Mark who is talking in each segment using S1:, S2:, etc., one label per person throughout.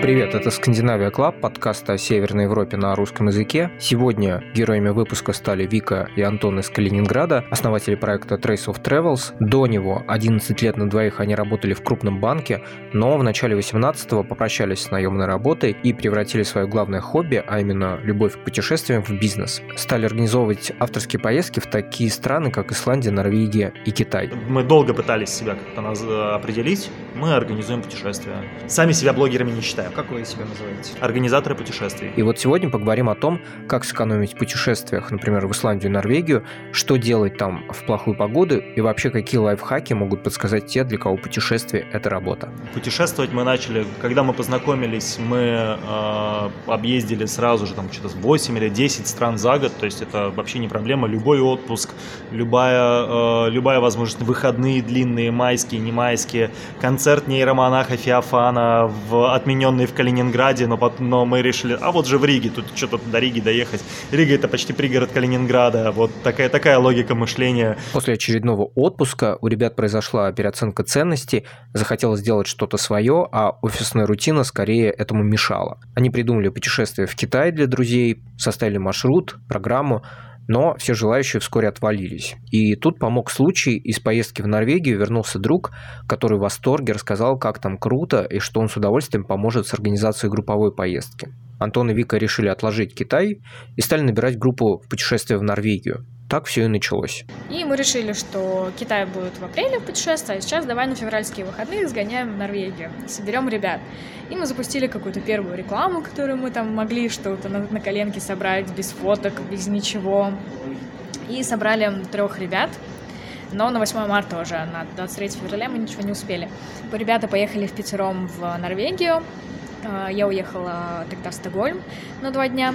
S1: Привет, это Скандинавия Клаб, подкаст о Северной Европе на русском языке. Сегодня героями выпуска стали Вика и Антон из Калининграда, основатели проекта Trace of Travels. До него 11 лет на двоих они работали в крупном банке, но в начале 18-го попрощались с наемной работой и превратили свое главное хобби, а именно любовь к путешествиям, в бизнес. Стали организовывать авторские поездки в такие страны, как Исландия, Норвегия и Китай.
S2: Мы долго пытались себя как-то определить. Мы организуем путешествия. Сами себя блогерами не считаем.
S3: Как вы себя называете?
S2: Организаторы путешествий.
S1: И вот сегодня поговорим о том, как сэкономить в путешествиях, например, в Исландию и Норвегию, что делать там в плохую погоду и вообще какие лайфхаки могут подсказать те, для кого путешествие – это работа.
S2: Путешествовать мы начали, когда мы познакомились, мы объездили сразу же там что-то 8 или 10 стран за год, то есть это вообще не проблема. Любой отпуск, любая возможность, выходные длинные, майские, не майские, концерт нейромонаха Феофана, отмененный в Калининграде, но мы решили, вот же в Риге, тут что-то до Риги доехать. Рига – это почти пригород Калининграда, вот такая логика мышления.
S1: После очередного отпуска у ребят произошла переоценка ценностей, захотелось сделать что-то свое, а офисная рутина скорее этому мешала. Они придумали путешествие в Китай для друзей, составили маршрут, программу, но все желающие вскоре отвалились. И тут помог случай: из поездки в Норвегию вернулся друг, который в восторге рассказал, как там круто и что он с удовольствием поможет с организацией групповой поездки. Антон и Вика решили отложить Китай и стали набирать группу в путешествие в Норвегию. Так все и началось.
S4: И мы решили, что Китай будет в апреле путешествие, а сейчас давай на февральские выходные сгоняем в Норвегию, соберем ребят. И мы запустили какую-то первую рекламу, которую мы там могли что-то на коленке собрать, без фоток, без ничего. И собрали 3 ребят, но на 8 марта уже, на 23 февраля мы ничего не успели. Ребята поехали впятером в Норвегию, я уехала тогда в Стокгольм на 2 дня.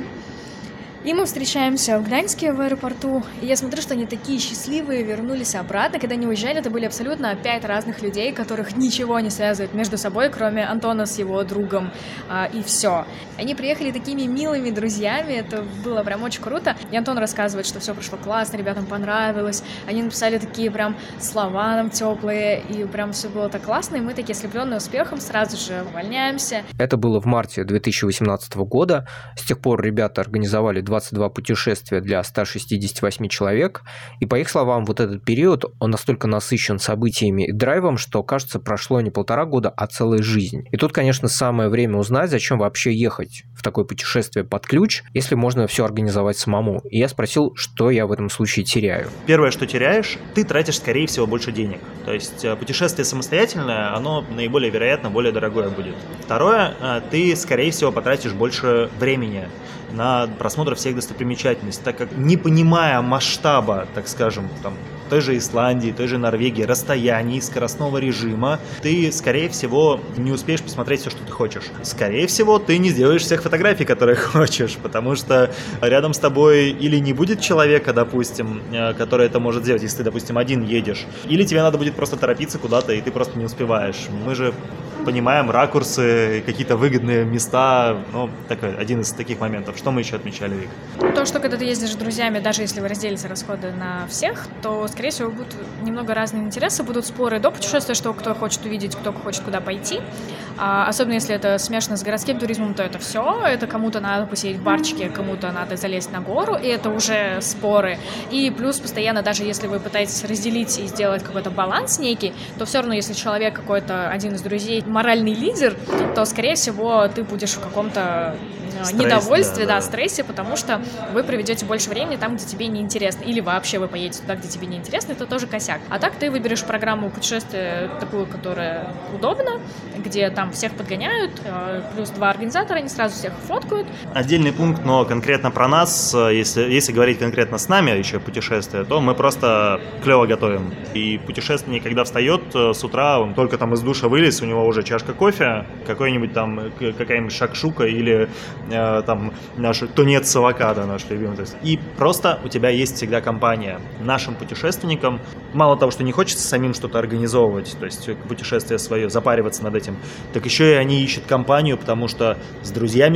S4: И мы встречаемся в Гданьске в аэропорту, и я смотрю, что они такие счастливые, вернулись обратно. Когда они уезжали, это были абсолютно 5 разных людей, которых ничего не связывает между собой, кроме Антона с его другом, и все. Они приехали такими милыми друзьями, это было прям очень круто. И Антон рассказывает, что все прошло классно, ребятам понравилось, они написали такие прям слова нам теплые, и прям все было так классно, и мы такие, ослепленные успехом, сразу же увольняемся.
S1: Это было в марте 2018 года. С тех пор ребята организовали 22 путешествия для 168 человек, и по их словам, вот этот период, он настолько насыщен событиями и драйвом, что, кажется, прошло не 1,5 года, а целая жизнь. И тут, конечно, самое время узнать, зачем вообще ехать в такое путешествие под ключ, если можно все организовать самому. И я спросил, что я в этом случае теряю.
S2: Первое, что теряешь, ты тратишь, скорее всего, больше денег. То есть путешествие самостоятельное, оно наиболее вероятно более дорогое будет. Второе, ты, скорее всего, потратишь больше времени на просмотр всех достопримечательностей, так как, не понимая масштаба, так скажем, там, той же Исландии, той же Норвегии, расстояний, скоростного режима, ты, скорее всего, не успеешь посмотреть все, что ты хочешь. Скорее всего, ты не сделаешь всех фотографий, которые хочешь, потому что рядом с тобой или не будет человека, допустим, который это может сделать, если ты, допустим, один едешь, или тебе надо будет просто торопиться куда-то, и ты просто не успеваешь. Мы же понимаем ракурсы, какие-то выгодные места, такой один из таких моментов. Что мы еще отмечали, Вик?
S4: То, что когда ты ездишь с друзьями, даже если вы разделите расходы на всех, то, скорее всего, будут немного разные интересы, будут споры до путешествия, что кто хочет увидеть, кто хочет куда пойти. Особенно если это смешано с городским туризмом, то это все. Это кому-то надо посидеть в барчике, кому-то надо залезть на гору, и это уже споры. И плюс постоянно, даже если вы пытаетесь разделить и сделать какой-то баланс некий, то все равно, если человек какой-то, один из друзей, моральный лидер, то, скорее всего, ты будешь в каком-то недовольстве, стрессе, потому что вы проведете больше времени там, где тебе неинтересно. Или вообще вы поедете туда, где тебе неинтересно, это тоже косяк. А так ты выберешь программу путешествия такую, которая удобна, где там всех подгоняют, плюс 2 организатора, они сразу всех фоткают.
S2: Отдельный пункт, но конкретно про нас, если говорить конкретно с нами еще путешествие, то мы просто клево готовим. И путешественник, когда встает с утра, он только там из душа вылез, у него уже чашка кофе, какой-нибудь там, какая-нибудь шакшука или там наш тунец с авокадо, наш любимый. И просто у тебя есть всегда компания. Нашим путешественникам мало того, что не хочется самим что-то организовывать, то есть путешествие свое, запариваться над этим, так еще и они ищут компанию, потому что с друзьями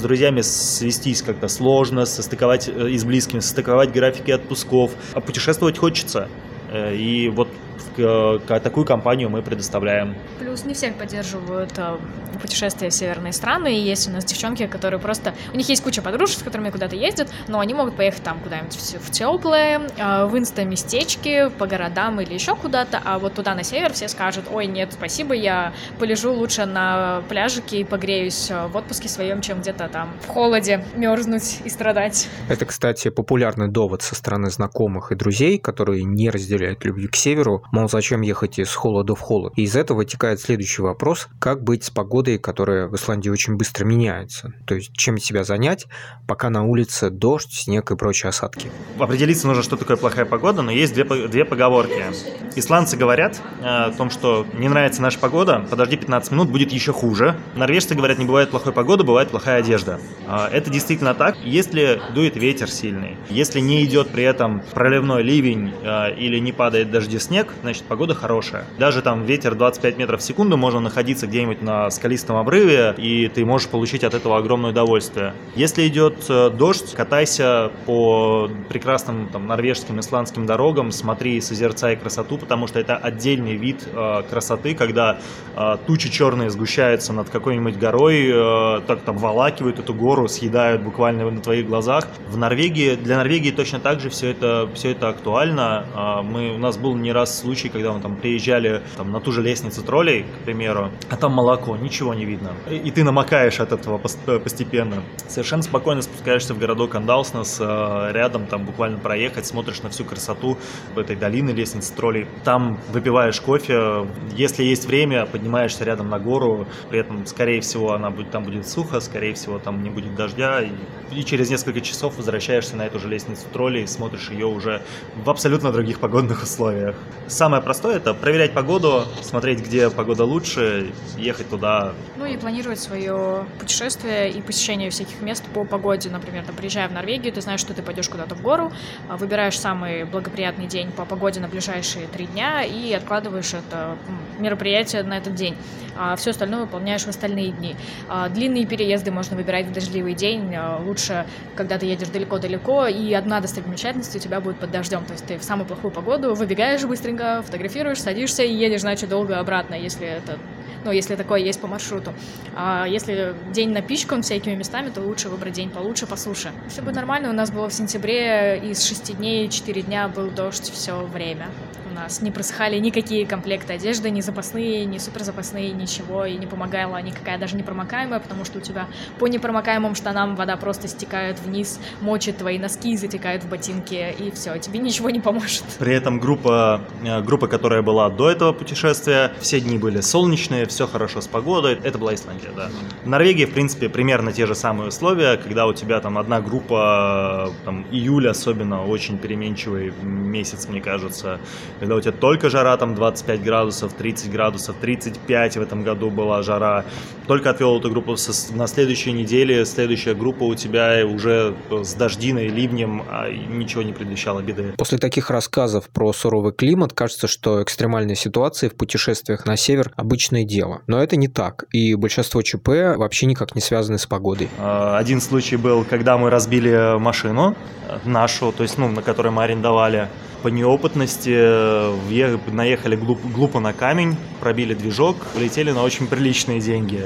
S2: свестись как-то сложно, состыковать и с близкими, состыковать графики отпусков, а путешествовать хочется. И вот в такую компанию мы предоставляем.
S4: Плюс не всех поддерживают путешествия в северные страны, и есть у нас девчонки, которые просто... У них есть куча подружек, с которыми куда-то ездят, но они могут поехать там куда-нибудь в теплое, в инста-местечки, по городам или еще куда-то, а вот туда на север все скажут: ой, нет, спасибо, я полежу лучше на пляжике и погреюсь в отпуске своем, чем где-то там в холоде мерзнуть и страдать.
S1: Это, кстати, популярный довод со стороны знакомых и друзей, которые не разделяют любви к северу, мол, зачем ехать из холода в холод. И из этого вытекает следующий вопрос: как быть с погодой, которая в Исландии очень быстро меняется? То есть чем себя занять, пока на улице дождь, снег и прочие осадки?
S2: Определиться нужно, что такое плохая погода, но есть две поговорки. Исландцы говорят о том, что не нравится наша погода, подожди 15 минут, будет еще хуже. Норвежцы говорят, не бывает плохой погоды, бывает плохая одежда. Это действительно так. Если дует ветер сильный, если не идет при этом проливной ливень или не падает дожди, снег, значит погода хорошая. Даже там ветер 25 метров в секунду, можно находиться где-нибудь на скалистом обрыве, и ты можешь получить от этого огромное удовольствие. Если идет дождь, катайся по прекрасным там норвежским, исландским дорогам, смотри, созерцай красоту, потому что это отдельный вид красоты, когда тучи черные сгущаются над какой-нибудь горой, так там волакивают эту гору, съедают буквально на твоих глазах. Для Норвегии точно так же все это актуально. У нас был не раз случай, когда мы там приезжали там, на ту же лестницу троллей, к примеру, а там молоко, ничего не видно. И ты намокаешь от этого постепенно. Совершенно спокойно спускаешься в городок Андалснес, рядом там буквально проехать, смотришь на всю красоту этой долины лестницы троллей. Там выпиваешь кофе, если есть время, поднимаешься рядом на гору, при этом, скорее всего, там будет сухо, скорее всего, там не будет дождя, и через несколько часов возвращаешься на эту же лестницу троллей и смотришь ее уже в абсолютно других погодных условиях. Самое простое — это проверять погоду, смотреть, где погода лучше, ехать туда.
S4: Ну и планировать свое путешествие и посещение всяких мест по погоде. Например, там, приезжая в Норвегию, ты знаешь, что ты пойдешь куда-то в гору, выбираешь самый благоприятный день по погоде на ближайшие 3 дня и откладываешь это мероприятие на этот день. А все остальное выполняешь в остальные дни. Длинные переезды можно выбирать в дождливый день. Лучше, когда ты едешь далеко-далеко, и одна достопримечательность у тебя будет под дождем. То есть ты в самую плохую погоду выбегаешь быстренько, фотографируешь, садишься и едешь, значит, долго обратно, если такое есть по маршруту. А если день напичкан всякими местами, то лучше выбрать день получше, по суше. Все будет нормально. У нас было в сентябре из 6 дней 4 дня был дождь все время. У нас не просыхали никакие комплекты одежды, ни запасные, ни суперзапасные, ничего, и не помогала никакая, даже непромокаемая, потому что у тебя по непромокаемым штанам вода просто стекает вниз, мочит твои носки, затекает в ботинки, и все, тебе ничего не поможет.
S2: При этом группа, которая была до этого путешествия, все дни были солнечные, все хорошо с погодой, это была Исландия, да. В Норвегии, в принципе, примерно те же самые условия, когда у тебя там одна группа, там июль особенно, очень переменчивый месяц, мне кажется, когда у тебя только жара, там 25 градусов, 30 градусов, 35 в этом году была жара. Только отвел эту группу на следующей неделе, следующая группа у тебя уже с дождиной, ливнем, ничего не предвещало беды.
S1: После таких рассказов про суровый климат кажется, что экстремальные ситуации в путешествиях на север – обычное дело. Но это не так, и большинство ЧП вообще никак не связаны с погодой.
S2: Один случай был, когда мы разбили машину нашу, то есть, на которой мы арендовали. По неопытности наехали глупо на камень, пробили движок, влетели на очень приличные деньги.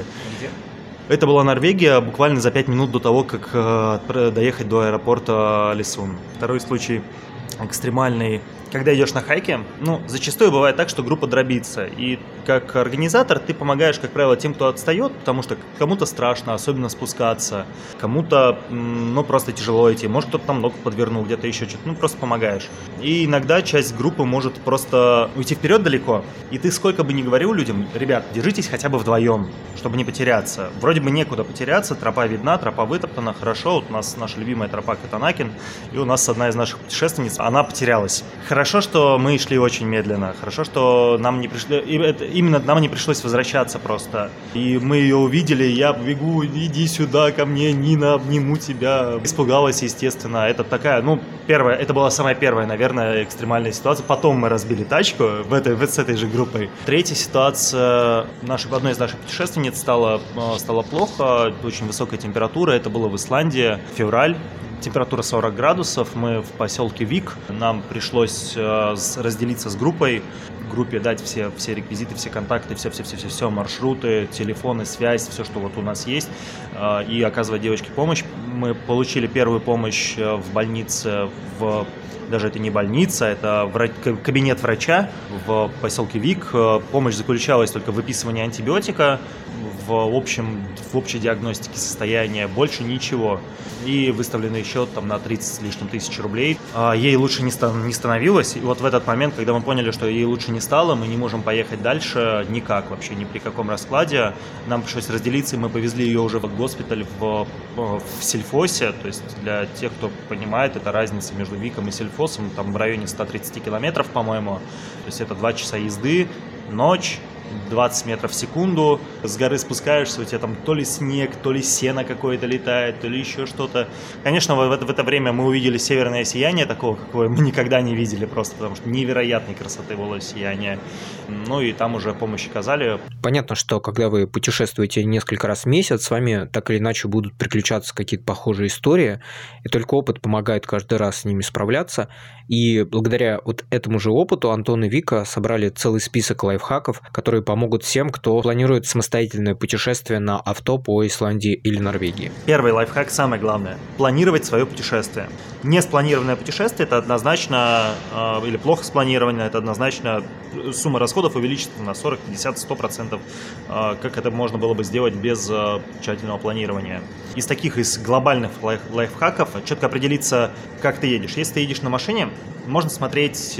S2: Это была Норвегия, буквально за 5 минут до того, как доехать до аэропорта Лисун. Второй случай экстремальный. Когда идешь на хайке, зачастую бывает так, что группа дробится. И как организатор ты помогаешь, как правило, тем, кто отстает, потому что кому-то страшно, особенно спускаться, кому-то, просто тяжело идти. Может, кто-то там ногу подвернул, где-то еще что-то. Просто помогаешь. И иногда часть группы может просто уйти вперед далеко. И ты сколько бы ни говорил людям: ребят, держитесь хотя бы вдвоем, чтобы не потеряться. Вроде бы некуда потеряться, тропа видна, тропа вытоптана, хорошо. Вот у нас наша любимая тропа Катанакин, и у нас одна из наших путешественниц, она потерялась. Хорошо, что мы шли очень медленно, хорошо, что нам не пришлось возвращаться просто. И мы ее увидели, я бегу: иди сюда ко мне, Нина, обниму тебя. Испугалась, естественно. Это такая, это была самая первая, наверное, экстремальная ситуация. Потом мы разбили тачку с этой же группой. Третья ситуация, одной из наших путешественниц стало плохо, очень высокая температура, это было в Исландии, февраль. температура 40 градусов, мы в поселке Вик, нам пришлось разделиться с группой, группе дать все реквизиты, все контакты, все маршруты, телефоны, связь, все, что вот у нас есть, и оказывать девочке помощь. Мы получили первую помощь в больнице, даже это не больница, это кабинет врача в поселке Вик. Помощь заключалась только в выписывании антибиотика, в общей диагностике состояния, больше ничего. И выставленный счет там на 30 с лишним тысяч рублей. Ей лучше не становилось. И вот в этот момент, когда мы поняли, что ей лучше не стало, мы не можем поехать дальше никак вообще, ни при каком раскладе. Нам пришлось разделиться, и мы повезли ее уже в госпиталь в Сельфосе. То есть для тех, кто понимает, это разница между Виком и Сельфосом, там в районе 130 километров, по-моему. То есть это 2 часа езды, ночь, 20 метров в секунду, с горы спускаешься, у тебя там то ли снег, то ли сено какое-то летает, то ли еще что-то. Конечно, в это время мы увидели северное сияние, такого, какое мы никогда не видели просто, потому что невероятной красоты было сияние. Ну и там уже помощь оказали.
S1: Понятно, что когда вы путешествуете несколько раз в месяц, с вами так или иначе будут приключаться какие-то похожие истории, и только опыт помогает каждый раз с ними справляться. И благодаря вот этому же опыту Антон и Вика собрали целый список лайфхаков, которые помогут всем, кто планирует самостоятельное путешествие на авто по Исландии или Норвегии.
S2: Первый лайфхак, самое главное – планировать свое путешествие. Неспланированное путешествие – это однозначно, или плохо спланированное, это однозначно сумма расходов увеличится на 40, 50, 100%, как это можно было бы сделать без тщательного планирования. Из глобальных лайфхаков четко определиться, как ты едешь. Если ты едешь на машине, можно смотреть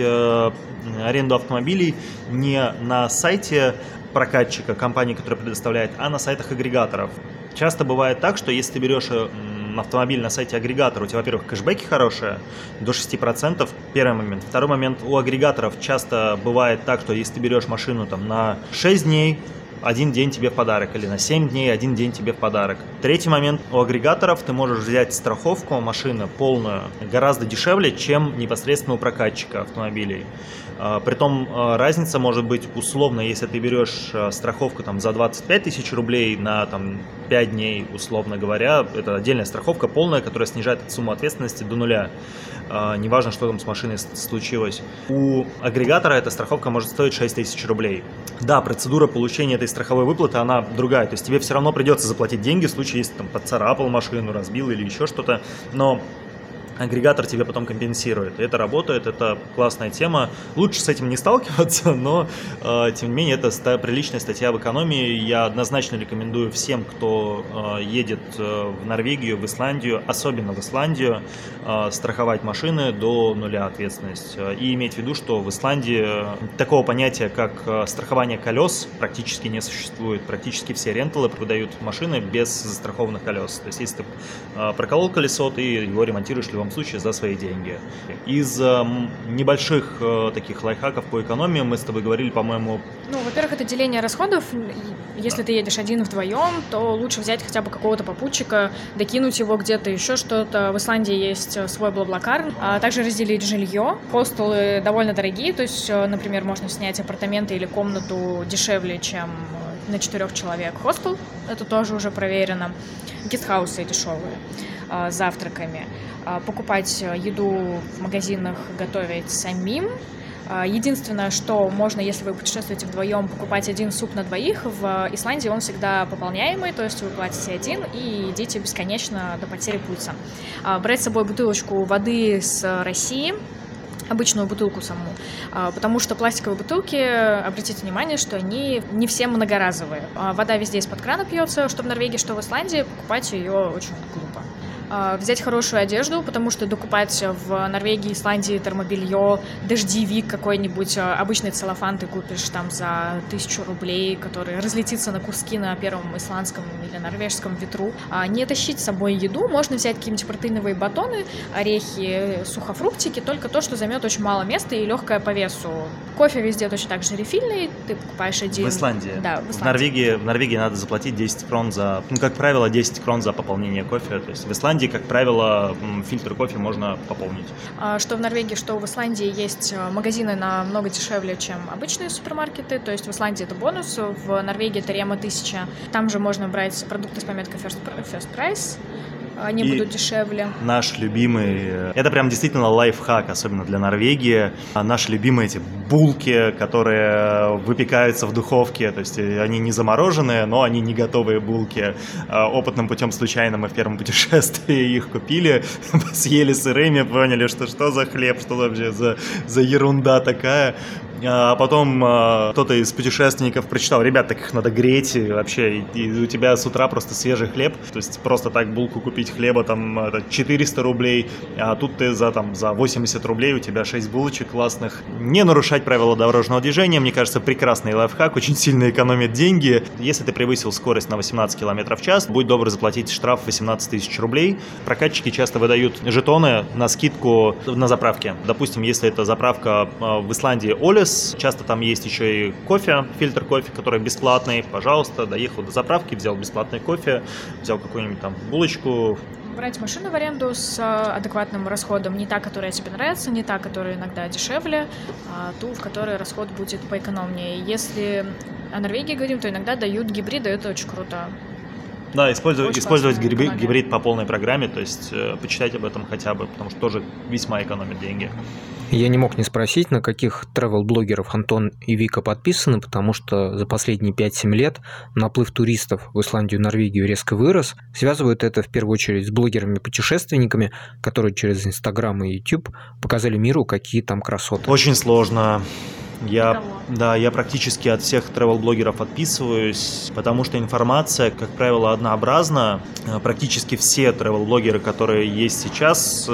S2: аренду автомобилей не на сайте прокатчика, компании, которая предоставляет, а на сайтах агрегаторов. Часто бывает так, что если ты берешь автомобиль на сайте агрегатора, у тебя, во-первых, кэшбэки хорошие, до 6%, первый момент. Второй момент, у агрегаторов часто бывает так, что если ты берешь машину там, на 6 дней, 1 день тебе в подарок, или на 7 дней 1 день тебе в подарок. Третий момент, у агрегаторов ты можешь взять страховку машины полную гораздо дешевле, чем непосредственно у прокатчика автомобилей. Притом разница может быть условно, если ты берешь страховку там, за 25 тысяч рублей на там, 5 дней, условно говоря, это отдельная страховка полная, которая снижает сумму ответственности до нуля. Неважно, что там с машиной случилось. У агрегатора эта страховка может стоить 6 тысяч рублей. Да, процедура получения этой страховой выплаты, она другая. То есть тебе все равно придется заплатить деньги в случае, если там поцарапал машину, разбил или еще что-то. Но агрегатор тебе потом компенсирует. Это работает, это классная тема. Лучше с этим не сталкиваться, но тем не менее это приличная статья в экономии. Я однозначно рекомендую всем, кто едет в Норвегию, в Исландию, особенно в Исландию, страховать машины до нуля ответственность. И иметь в виду, что в Исландии такого понятия, как страхование колес, практически не существует. Практически все ренталы продают машины без застрахованных колес. То есть если ты проколол колесо, ты его ремонтируешь в любом случае за свои деньги. Из небольших таких лайфхаков по экономии мы с тобой говорили, по-моему...
S4: Ну, во-первых, это деление расходов. Если ты едешь один вдвоем, то лучше взять хотя бы какого-то попутчика, докинуть его где-то, еще что-то. В Исландии есть свой BlaBlaCar. А также разделить жилье. Хостелы довольно дорогие, то есть, например, можно снять апартаменты или комнату дешевле, чем на 4 человек. Хостел, это тоже уже проверено. Гестхаусы дешевые, с завтраками. Покупать еду в магазинах, готовить самим. Единственное, что можно, если вы путешествуете вдвоем, покупать один суп на двоих. В Исландии он всегда пополняемый, то есть вы платите один и едите бесконечно до потери пульса. Брать с собой бутылочку воды с России, обычную бутылку саму, потому что пластиковые бутылки, обратите внимание, что они не все многоразовые. Вода везде из-под крана пьется, что в Норвегии, что в Исландии, покупать ее очень глупо. Взять хорошую одежду, потому что докупать в Норвегии, Исландии термобелье, дождевик какой-нибудь, обычный целлофан ты купишь там за 1000 рублей, который разлетится на куски на первом исландском или норвежском ветру. Не тащить с собой еду, можно взять какие-нибудь протеиновые батоны, орехи, сухофруктики, только то, что займет очень мало места и легкое по весу. Кофе везде точно так же рефильный, ты покупаешь один.
S2: В Исландии?
S4: Да, в Исландии.
S2: В Норвегии надо заплатить 10 крон за, как правило, 10 крон за пополнение кофе, то есть в Исландии, как правило, фильтр кофе можно пополнить.
S4: Что в Норвегии, что в Исландии есть магазины намного дешевле, чем обычные супермаркеты. То есть в Исландии это бонус, в Норвегии это Рема 1000. Там же можно брать продукты с пометкой First Price. они будут дешевле.
S2: Наш любимый, это прям действительно лайфхак, особенно для Норвегии. Наши любимые эти булки, которые выпекаются в духовке, то есть они не замороженные, но они не готовые булки. Опытным путем случайно мы в первом путешествии их купили, съели сырыми, поняли, что за хлеб, что вообще за ерунда такая. А потом кто-то из путешественников прочитал: ребят, так их надо греть вообще, и у тебя с утра просто свежий хлеб, то есть просто так булку купить хлеба там это 400 рублей, а тут ты за 80 рублей у тебя 6 булочек классных. Не нарушать правила дорожного движения, мне кажется, прекрасный лайфхак, очень сильно экономит деньги. Если ты превысил скорость на 18 км в час, будь добр заплатить штраф 18 тысяч рублей. Прокатчики часто выдают жетоны на скидку на заправке. Допустим, если это заправка в Исландии Олес, часто там есть еще и кофе, фильтр кофе, который бесплатный. Пожалуйста, доехал до заправки, взял бесплатный кофе, взял какую-нибудь там булочку.
S4: Брать машину в аренду с адекватным расходом, не та, которая тебе нравится, не та, которая иногда дешевле, а ту, в которой расход будет поэкономнее. Если о Норвегии говорим, то иногда дают гибриды, это очень круто.
S2: Да, использовать гибрид по полной программе, то есть почитать об этом хотя бы, потому что тоже весьма экономит деньги.
S1: Я не мог не спросить, на каких travel-блогеров Антон и Вика подписаны, потому что за последние 5-7 лет наплыв туристов в Исландию и Норвегию резко вырос. Связывают это в первую очередь с блогерами-путешественниками, которые через Инстаграм и YouTube показали миру, какие там красоты.
S2: Очень сложно. Я практически от всех travel-блогеров отписываюсь, потому что информация, как правило, однообразна. Практически все travel-блогеры, которые есть сейчас,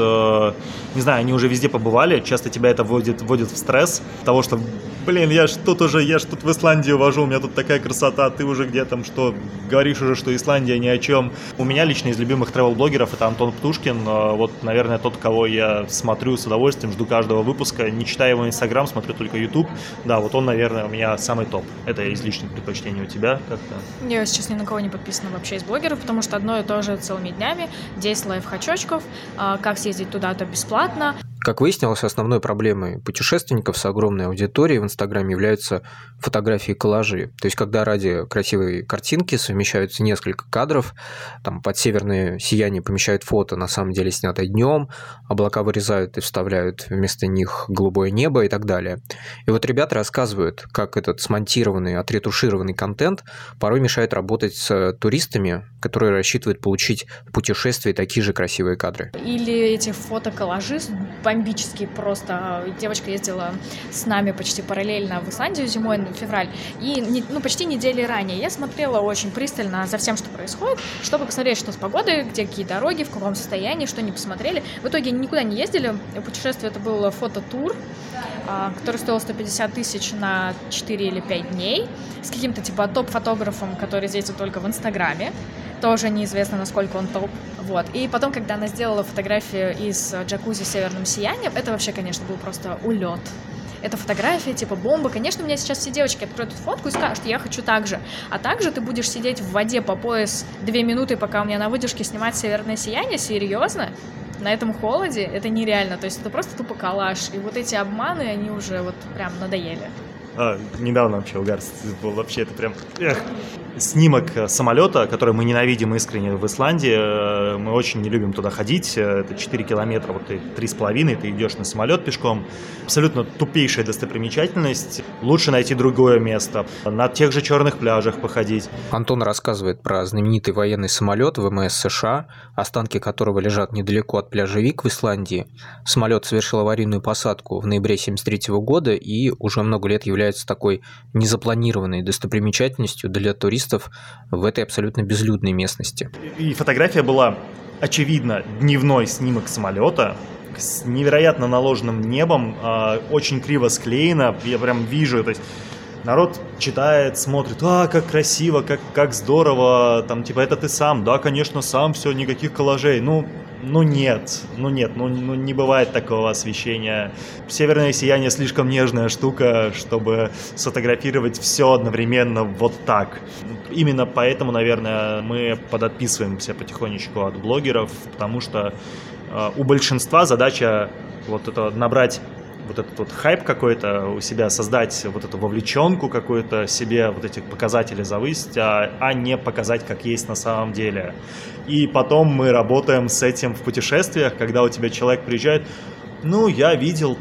S2: не знаю, они уже везде побывали, часто тебя это вводит в стресс того, что, я ж тут в Исландию вожу, у меня тут такая красота, ты уже где там что, говоришь уже, что Исландия ни о чем. У меня лично из любимых travel-блогеров это Антон Птушкин, вот, наверное, тот, кого я смотрю с удовольствием, жду каждого выпуска, не читая его Инстаграм, смотрю только YouTube. Да, вот он, наверное, у меня самый топ. Это из личных предпочтений. У тебя как-то?
S4: Я сейчас ни на кого не подписана вообще из блогеров, потому что одно и то же целыми днями. 10 лайфхачочков, как съездить туда-то бесплатно.
S1: Как выяснилось, основной проблемой путешественников с огромной аудиторией в Инстаграме являются фотографии и коллажи. То есть, когда ради красивой картинки совмещаются несколько кадров, там под северное сияние помещают фото, на самом деле снятое днем, облака вырезают и вставляют вместо них голубое небо и так далее. И вот ребята рассказывают, как этот смонтированный, отретушированный контент порой мешает работать с туристами, которые рассчитывают получить в путешествии такие же красивые кадры.
S4: Или эти фотоколлажи бомбические просто. Девочка ездила с нами почти параллельно в Исландию зимой, в февраль, и почти недели ранее я смотрела очень пристально за всем, что происходит, чтобы посмотреть, что с погодой, где какие дороги, в каком состоянии, что не посмотрели. В итоге никуда не ездили. Путешествие это был фототур, который стоил 150 тысяч на 4 или 5 дней, с каким-то типа топ-фотографом, который ездит только в Инстаграме. Тоже неизвестно, насколько он топ. Вот. И потом, когда она сделала фотографию из джакузи с северным сиянием, это вообще, конечно, был просто улет. Это фотография, типа бомба. Конечно, у меня сейчас все девочки откроют эту фотку и скажут, я хочу так же. А также ты будешь сидеть в воде по пояс 2 минуты, пока у меня на выдержке снимать северное сияние? Серьезно? На этом холоде? Это нереально. То есть это просто тупо коллаж. И вот эти обманы, они уже вот прям надоели.
S2: Недавно вообще угар был, вообще это прям... Снимок самолета, который мы ненавидим искренне в Исландии, мы очень не любим туда ходить, это 4 километра, вот ты 3,5, ты идешь на самолет пешком, абсолютно тупейшая достопримечательность, лучше найти другое место, на тех же черных пляжах походить.
S1: Антон рассказывает про знаменитый военный самолет ВМС США, останки которого лежат недалеко от пляжа Вик в Исландии. Самолет совершил аварийную посадку в ноябре 1973 года и уже много лет является такой незапланированной достопримечательностью для туристов в этой абсолютно безлюдной местности.
S2: И фотография была, очевидно, дневной снимок самолета с невероятно наложенным небом, очень криво склеено, я прям вижу, то есть народ читает, смотрит, как красиво, как здорово, там типа это ты сам, да, конечно, сам, все, никаких коллажей, нет, не бывает такого освещения. Северное сияние слишком нежная штука, чтобы сфотографировать все одновременно вот так. Именно поэтому, наверное, мы подотписываемся потихонечку от блогеров, потому что у большинства задача вот это набрать вот этот вот хайп какой-то у себя, создать вот эту вовлеченку какую-то себе, вот эти показатели завысить, а не показать, как есть на самом деле. И потом мы работаем с этим в путешествиях, когда у тебя человек приезжает, ну, я видел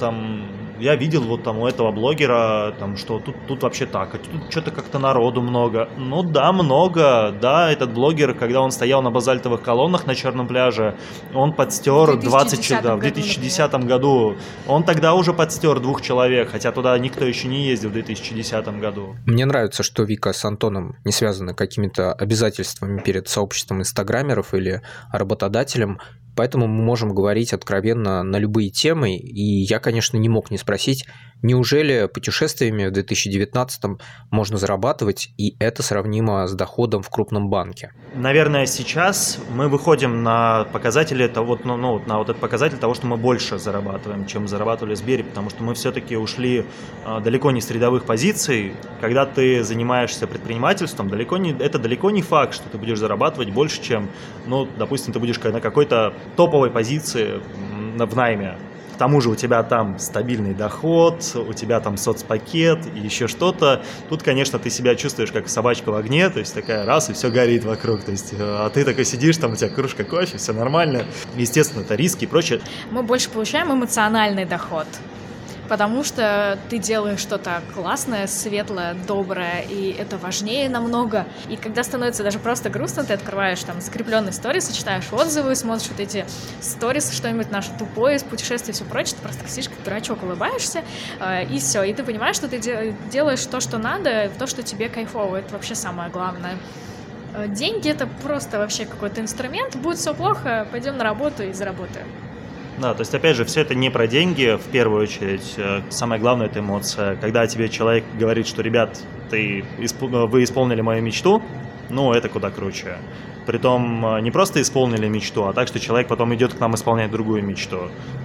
S2: вот там у этого блогера, там, что тут вообще так, а тут что-то как-то народу много. Ну да, много, да, этот блогер, когда он стоял на базальтовых колоннах на Черном пляже, он подстер в 2010 году, он тогда уже подстер 2 человек, хотя туда никто еще не ездил в 2010 году.
S1: Мне нравится, что Вика с Антоном не связаны какими-то обязательствами перед сообществом инстаграмеров или работодателем, поэтому мы можем говорить откровенно на любые темы, и я, конечно, не мог не спросить, неужели путешествиями в 2019-м можно зарабатывать, и это сравнимо с доходом в крупном банке?
S2: Наверное, сейчас мы выходим на показатели того, на вот этот показатель того, что мы больше зарабатываем, чем зарабатывали в Сбере, потому что мы все-таки ушли далеко не с рядовых позиций. Когда ты занимаешься предпринимательством, это далеко не факт, что ты будешь зарабатывать больше, чем, допустим, ты будешь на какой-то топовой позиции в найме. К тому же у тебя там стабильный доход, у тебя там соцпакет и еще что-то. Тут, конечно, ты себя чувствуешь как собачка в огне, то есть такая раз, и все горит вокруг. То есть, а ты такой сидишь, там у тебя кружка кофе, все нормально. Естественно, это риски и прочее.
S4: Мы больше получаем эмоциональный доход, потому что ты делаешь что-то классное, светлое, доброе, и это важнее намного. И когда становится даже просто грустно, ты открываешь там закрепленные сторисы, читаешь отзывы, смотришь вот эти сторисы, что-нибудь наше тупое из путешествий и все прочее, ты просто сидишь как дурачок, улыбаешься, и все. И ты понимаешь, что ты делаешь то, что надо, то, что тебе кайфово. Это вообще самое главное. Деньги — это просто вообще какой-то инструмент. Будет все плохо, пойдем на работу и заработаем.
S2: Да, то есть, опять же, все это не про деньги, в первую очередь. Самое главное – это эмоция. Когда тебе человек говорит, что, ребят, вы исполнили мою мечту, это куда круче. Притом не просто исполнили мечту, а так, что человек потом идет к нам исполнять другую мечту.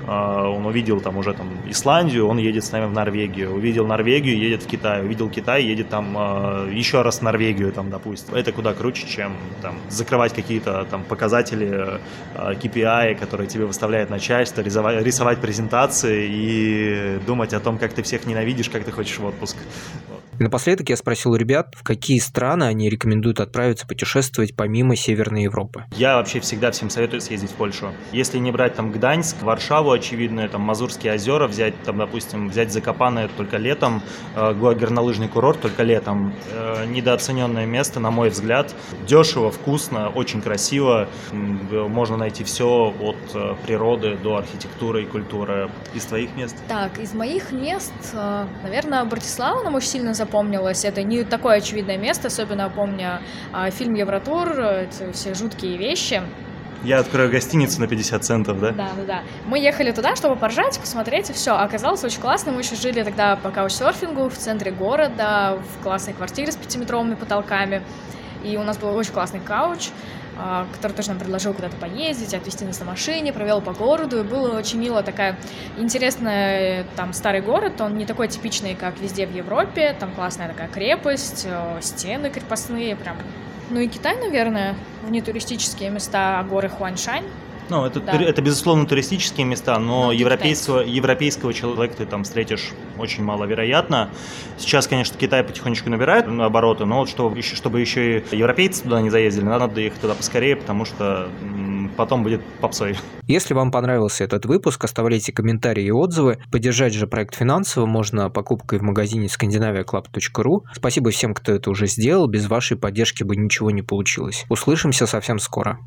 S2: Он увидел там уже Исландию, он едет с нами в Норвегию. Увидел Норвегию, едет в Китай. Увидел Китай, едет там еще раз в Норвегию, допустим. Это куда круче, чем закрывать какие-то показатели KPI, которые тебе выставляет начальство, рисовать презентации и думать о том, как ты всех ненавидишь, как ты хочешь в отпуск.
S1: И напоследок я спросил у ребят, в какие страны они рекомендуют отправиться путешествовать помимо Северной Европы.
S2: Я вообще всегда всем советую съездить в Польшу. Если не брать Гданьск, Варшаву, очевидно, Мазурские озера, взять Закопане только летом, горнолыжный курорт только летом. Недооцененное место, на мой взгляд. Дешево, вкусно, очень красиво. Можно найти все от природы до архитектуры и культуры. Из твоих мест?
S4: Так, из моих мест, наверное, Братислава нам очень сильно запомнилась. Это не такое очевидное место, особенно помня фильм «Евротур», эти все жуткие вещи.
S2: Я открою гостиницу на 50 центов, да?
S4: Да. Мы ехали туда, чтобы поржать, посмотреть, и все. Оказалось очень классно. Мы еще жили тогда по каучсерфингу в центре города, в классной квартире с 5-метровыми потолками. И у нас был очень классный кауч, который тоже нам предложил куда-то поездить, отвезти нас на машине, провел по городу, и было очень мило, такая интересная, старый город, он не такой типичный, как везде в Европе, там классная такая крепость, стены крепостные, прям. И Китай, наверное, внетуристические места, горы Хуаншань.
S2: Это, безусловно, туристические места, но европейского человека ты там встретишь очень маловероятно. Сейчас, конечно, Китай потихонечку набирает обороты, но чтобы еще и европейцы туда не заездили, надо ехать туда поскорее, потому что потом будет попсой.
S1: Если вам понравился этот выпуск, оставляйте комментарии и отзывы. Поддержать же проект финансово можно покупкой в магазине scandinaviaclub.ru. Спасибо всем, кто это уже сделал. Без вашей поддержки бы ничего не получилось. Услышимся совсем скоро.